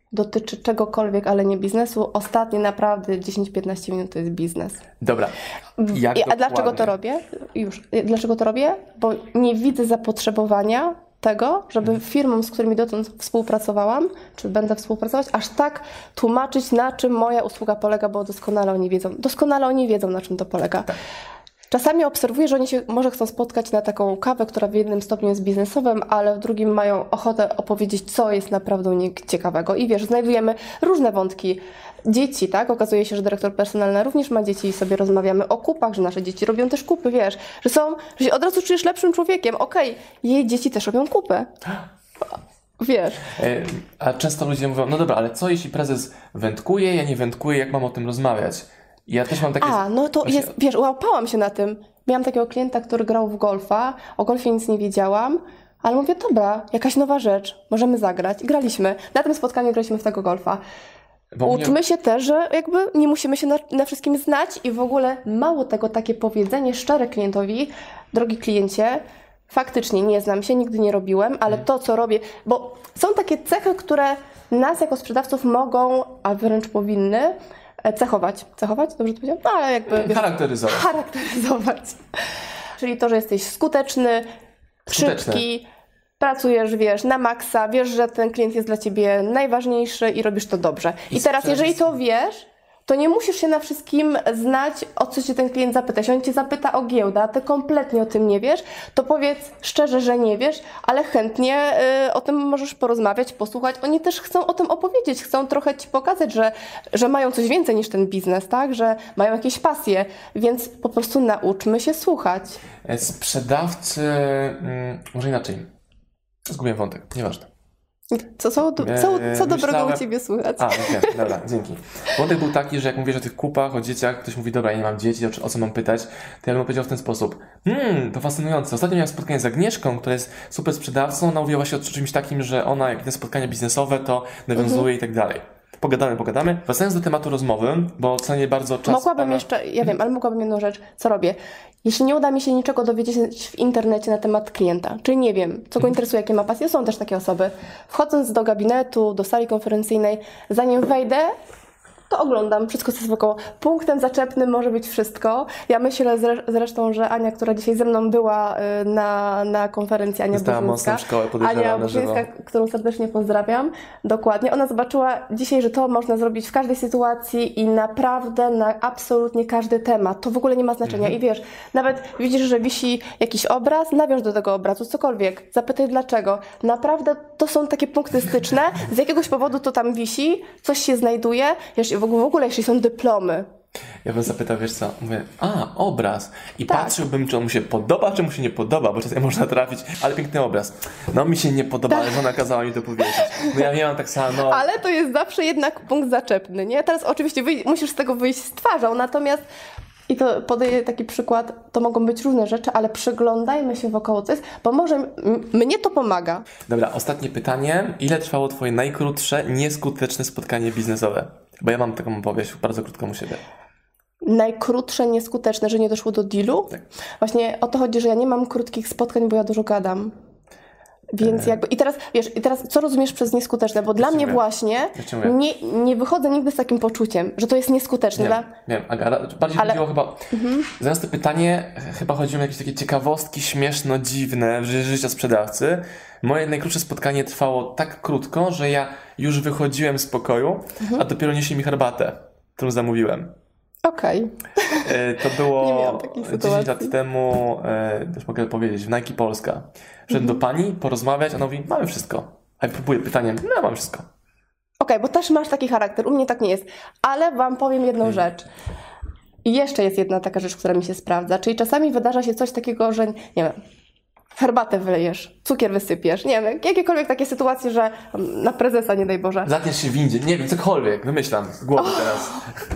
dotyczy czegokolwiek, ale nie biznesu, ostatnie naprawdę 10-15 minut to jest biznes. Dobra. A dlaczego to robię? Dlaczego to robię? Bo nie widzę zapotrzebowania tego, żeby firmom, z którymi dotąd współpracowałam, czy będę współpracować, aż tak tłumaczyć, na czym moja usługa polega, bo doskonale oni wiedzą, na czym to polega. Tak. Czasami obserwuję, że oni się może chcą spotkać na taką kawę, która w jednym stopniu jest biznesowym, ale w drugim mają ochotę opowiedzieć, co jest naprawdę u nich ciekawego. I wiesz, znajdujemy różne wątki. Dzieci, tak? Okazuje się, że dyrektor personalny również ma dzieci i sobie rozmawiamy o kupach, że nasze dzieci robią też kupy, wiesz, że się od razu czujesz lepszym człowiekiem. Okej, jej dzieci też robią kupy. Wiesz. A często ludzie mówią, no dobra, ale co jeśli prezes wędkuje, ja nie wędkuję, jak mam o tym rozmawiać? Ja też mam takie... no to właśnie... jest, wiesz, łapałam się na tym. Miałam takiego klienta, który grał w golfa, o golfie nic nie wiedziałam, ale mówię, dobra, jakaś nowa rzecz, możemy zagrać. I graliśmy. Na tym spotkaniu graliśmy w tego golfa. Uczmy się też, że jakby nie musimy się na wszystkim znać i w ogóle mało tego, takie powiedzenie szczere klientowi, drogi kliencie, faktycznie nie znam się, nigdy nie robiłem, ale to, co robię, bo są takie cechy, które nas jako sprzedawców mogą, a wręcz powinny, cechować? Dobrze to powiedziałam? No, ale jakby... Charakteryzować. Czyli to, że jesteś skuteczny, szybki, pracujesz, wiesz, na maksa, wiesz, że ten klient jest dla ciebie najważniejszy i robisz to dobrze. I teraz, jeżeli to wiesz, to nie musisz się na wszystkim znać, o co cię ten klient zapyta. Jeśli on cię zapyta o giełdę, a ty kompletnie o tym nie wiesz, to powiedz szczerze, że nie wiesz, ale chętnie o tym możesz porozmawiać, posłuchać. Oni też chcą o tym opowiedzieć, chcą trochę ci pokazać, że mają coś więcej niż ten biznes, tak? Że mają jakieś pasje, więc po prostu nauczmy się słuchać. Sprzedawcy, może inaczej. Zgubiłem wątek, nieważne. Co dobrego u ciebie słychać? Dobra, dzięki. Wątek był taki, że jak mówisz o tych kupach, o dzieciach, ktoś mówi, dobra, ja nie mam dzieci, o co mam pytać, to ja bym powiedział w ten sposób. To fascynujące. Ostatnio miałem spotkanie z Agnieszką, która jest super sprzedawcą, ona mówiła właśnie o czymś takim, że ona, jak te spotkania biznesowe, to nawiązuje i tak dalej. Pogadamy. Wracając do tematu rozmowy, bo cenię bardzo czas... Mogłabym jedną rzecz, co robię. Jeśli nie uda mi się niczego dowiedzieć w internecie na temat klienta, czyli nie wiem, co go interesuje, jakie ma pasje, są też takie osoby. Wchodząc do gabinetu, do sali konferencyjnej, zanim wejdę, to oglądam wszystko, co jest wokoło. Punktem zaczepnym może być wszystko. Ja myślę zresztą, że Ania, która dzisiaj ze mną była na konferencji, Ania Burzyńska, którą serdecznie pozdrawiam, dokładnie, ona zobaczyła dzisiaj, że to można zrobić w każdej sytuacji i naprawdę na absolutnie każdy temat. To w ogóle nie ma znaczenia. I wiesz, nawet widzisz, że wisi jakiś obraz, nawiąż do tego obrazu, cokolwiek. Zapytaj dlaczego. Naprawdę to są takie punkty styczne. Z jakiegoś powodu to tam wisi, coś się znajduje. W ogóle, jeśli są dyplomy. Ja bym zapytał, wiesz co, mówię, obraz. I patrzyłbym, czy on mu się podoba, czy mu się nie podoba, bo czasem można trafić, ale piękny obraz. No mi się nie podoba, ale żona kazała mi to powiedzieć. No ja miałam tak samo. Ale to jest zawsze jednak punkt zaczepny, nie? Teraz oczywiście musisz z tego wyjść z twarzą, natomiast i to podaję taki przykład, to mogą być różne rzeczy, ale przyglądajmy się wokoło, co jest, bo może mnie to pomaga. Dobra, ostatnie pytanie. Ile trwało twoje najkrótsze, nieskuteczne spotkanie biznesowe? Bo ja mam taką opowieść, bardzo krótką u siebie. Najkrótsze, nieskuteczne, że nie doszło do dealu? Tak. Właśnie o to chodzi, że ja nie mam krótkich spotkań, bo ja dużo gadam. Więc jakby... I teraz co rozumiesz przez nieskuteczne? Bo dla mnie właśnie nie wychodzę nigdy z takim poczuciem, że to jest nieskuteczne. Wiem, Aga, bardziej chodziło chyba... Zamiast to pytanie, chyba chodziło o jakieś takie ciekawostki śmieszno dziwne w życiu sprzedawcy. Moje najkrótsze spotkanie trwało tak krótko, że ja już wychodziłem z pokoju, a dopiero nieśli mi herbatę, którą zamówiłem. Okej. To było 10 lat temu, już mogę powiedzieć, w Nike Polska. Wszedłem do pani porozmawiać, a ona mówi, mamy wszystko. A ja próbuję pytaniem, mam wszystko. Okej, bo też masz taki charakter, u mnie tak nie jest. Ale wam powiem jedną rzecz. I jeszcze jest jedna taka rzecz, która mi się sprawdza. Czyli czasami wydarza się coś takiego, że nie wiem, herbatę wylejesz, cukier wysypiesz, nie wiem, jakiekolwiek takie sytuacje, że na prezesa, nie daj Boże. Zatniesz się w windzie, nie wiem, cokolwiek, wymyślam z głowy teraz.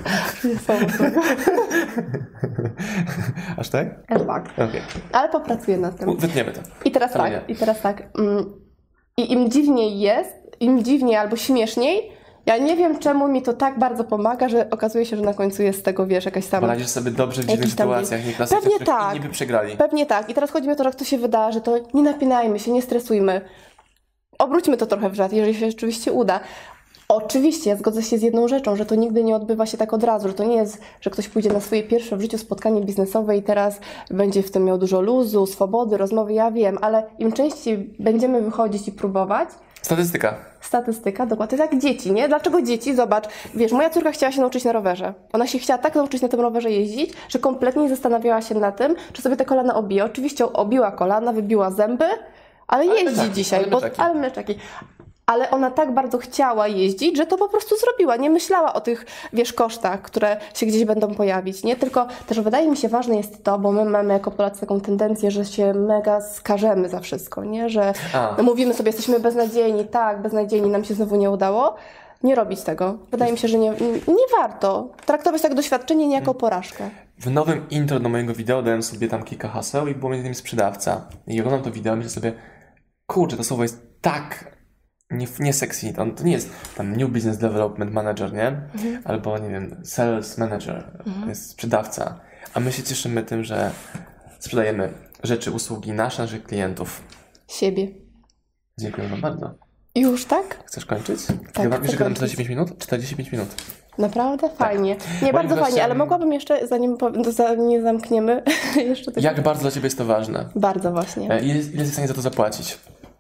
Aż tak? Aż tak. Okay. Ale popracuję nad tym. Wytniemy to. I teraz tak. I im dziwniej jest, im dziwniej albo śmieszniej, ja nie wiem, czemu mi to tak bardzo pomaga, że okazuje się, że na końcu jest z tego, wiesz, jakaś tam... Poradzisz sobie dobrze w dziwnych sytuacjach, nie klasycznie, pewnie tak. Inni by przegrali. Pewnie tak. I teraz chodzi mi o to, że jak to się wydarzy, to nie napinajmy się, nie stresujmy. Obróćmy to trochę w żart, jeżeli się oczywiście uda. Oczywiście, ja zgodzę się z jedną rzeczą, że to nigdy nie odbywa się tak od razu, że to nie jest, że ktoś pójdzie na swoje pierwsze w życiu spotkanie biznesowe i teraz będzie w tym miał dużo luzu, swobody, rozmowy, ja wiem, ale im częściej będziemy wychodzić i próbować... Statystyka, dokładnie. Tak jak dzieci, nie? Dlaczego dzieci? Zobacz, wiesz, moja córka chciała się nauczyć na rowerze. Ona się chciała tak nauczyć na tym rowerze jeździć, że kompletnie nie zastanawiała się na tym, czy sobie te kolana obije. Oczywiście obiła kolana, wybiła zęby, ale jeździ dzisiaj, ale mleczaki. Ale ona tak bardzo chciała jeździć, że to po prostu zrobiła. Nie myślała o tych, wiesz, kosztach, które się gdzieś będą pojawić, nie? Tylko też wydaje mi się ważne jest to, bo my mamy jako Polacy taką tendencję, że się mega skażemy za wszystko, nie? Że mówimy sobie, jesteśmy beznadziejni, tak, beznadziejni, nam się znowu nie udało. Nie robić tego. Wydaje mi się, że nie warto. Traktować tak doświadczenie nie jako porażkę. W nowym intro do mojego wideo dałem sobie tam kilka haseł i było między innymi sprzedawca. I oglądam to wideo i myślę sobie, kurczę, to słowo jest tak nie sexy. To nie jest tam New Business Development Manager, nie? Albo, nie wiem, Sales Manager, jest sprzedawca. A my się cieszymy tym, że sprzedajemy rzeczy, usługi naszych klientów. Siebie. Dziękuję wam bardzo. Już tak? Chcesz kończyć? Tak, Wiesz, że gadam 45 minut? 45 minut. Naprawdę? Fajnie. Nie, bardzo fajnie, ale mogłabym jeszcze, zanim nie zamkniemy, jeszcze coś... Jak bardzo dla ciebie jest to ważne? Bardzo właśnie. Ile jesteś w stanie za to zapłacić?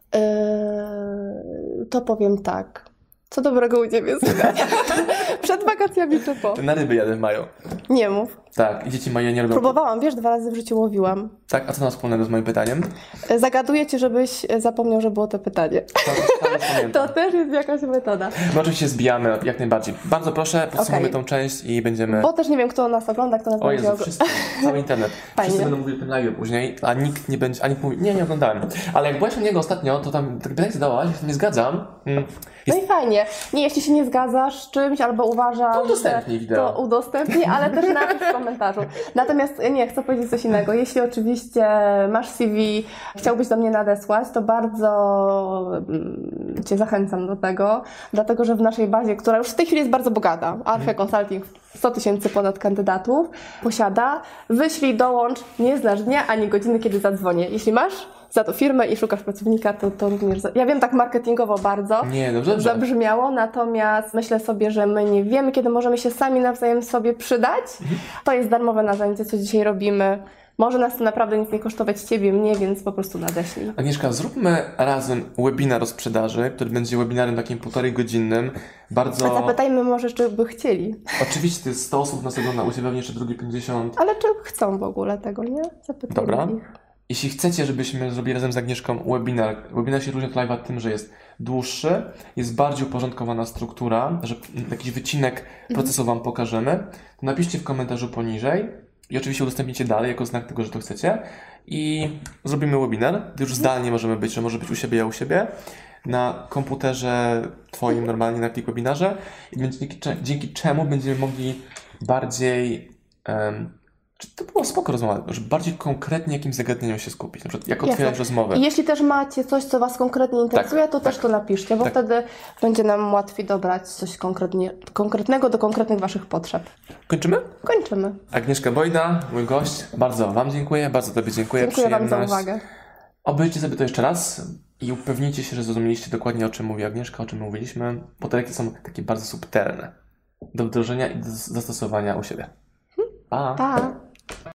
To powiem tak. Co dobrego u ciebie słychać? Przed wakacjami czy po? Na ryby jadę w maju. Nie mów. Tak, i dzieci moje nie lubią. Próbowałam, wiesz, 2 razy w życiu łowiłam. Tak, a co ma wspólnego z moim pytaniem? Zagaduję cię, żebyś zapomniał, że było to pytanie. To też jest jakaś metoda. My oczywiście zbijamy jak najbardziej. Bardzo proszę, podsumujmy tą część i będziemy... Bo też nie wiem, kto nas ogląda, kto nas o będzie Jezu, wszyscy, cały internet. Wszyscy będą mówili o tym live później, a nikt nie będzie, a nikt mówi, nie oglądałem. Ale jak byłaś u niego ostatnio, to tam tak pytanie zadałaś, ja się nie zgadzam. No i fajnie. Nie, jeśli się nie zgadzasz z czymś albo uważasz, to udostępnij wideo. To udostępnij, ale też napisz w komentarzu. Natomiast nie, chcę powiedzieć coś innego. Jeśli oczywiście masz CV, chciałbyś do mnie nadesłać, to bardzo Cię zachęcam do tego, dlatego że w naszej bazie, która już w tej chwili jest bardzo bogata, Arche Consulting 100 000 ponad kandydatów posiada, wyślij, dołącz, nie znasz dnia ani godziny, kiedy zadzwonię. Jeśli masz za to firmę i szukasz pracownika, to również... Ja wiem, tak marketingowo bardzo zabrzmiało, natomiast myślę sobie, że my nie wiemy, kiedy możemy się sami nawzajem sobie przydać. To jest darmowe narzędzie, co dzisiaj robimy. Może nas to naprawdę nic nie kosztować, Ciebie, mnie, więc po prostu nadeślij. Agnieszka, zróbmy razem webinar o sprzedaży, który będzie webinarem takim 1,5-godzinnym. Bardzo... A zapytajmy może, czy by chcieli. Oczywiście, to jest 100 osób nas ogląda, u Ciebie pewnie jeszcze drugie 50. Ale czy chcą w ogóle tego, nie? Zapytajmy Dobra. ich. Jeśli chcecie, żebyśmy zrobili razem z Agnieszką webinar się różni od live'a tym, że jest dłuższy, jest bardziej uporządkowana struktura, że jakiś wycinek procesu Wam pokażemy, to napiszcie w komentarzu poniżej i oczywiście udostępnijcie dalej jako znak tego, że to chcecie i zrobimy webinar, gdy już zdalnie możemy być, że może być u siebie, ja u siebie, na komputerze Twoim normalnie na klik webinarze i dzięki czemu będziemy mogli bardziej... to było spoko rozmowa, że bardziej konkretnie jakimś zagadnieniu się skupić, na przykład jak otwierać rozmowę. I jeśli też macie coś, co Was konkretnie interesuje, to też to napiszcie, bo wtedy będzie nam łatwiej dobrać coś konkretnego do konkretnych Waszych potrzeb. Kończymy? Kończymy. Agnieszka Bojda, mój gość, bardzo Wam dziękuję, bardzo Tobie dziękuję. Dziękuję Wam za uwagę. Obejrzyjcie sobie to jeszcze raz i upewnijcie się, że zrozumieliście dokładnie, o czym mówi Agnieszka, o czym mówiliśmy, bo te lekcje są takie bardzo subtelne do wdrożenia i do zastosowania u siebie. Pa! Pa!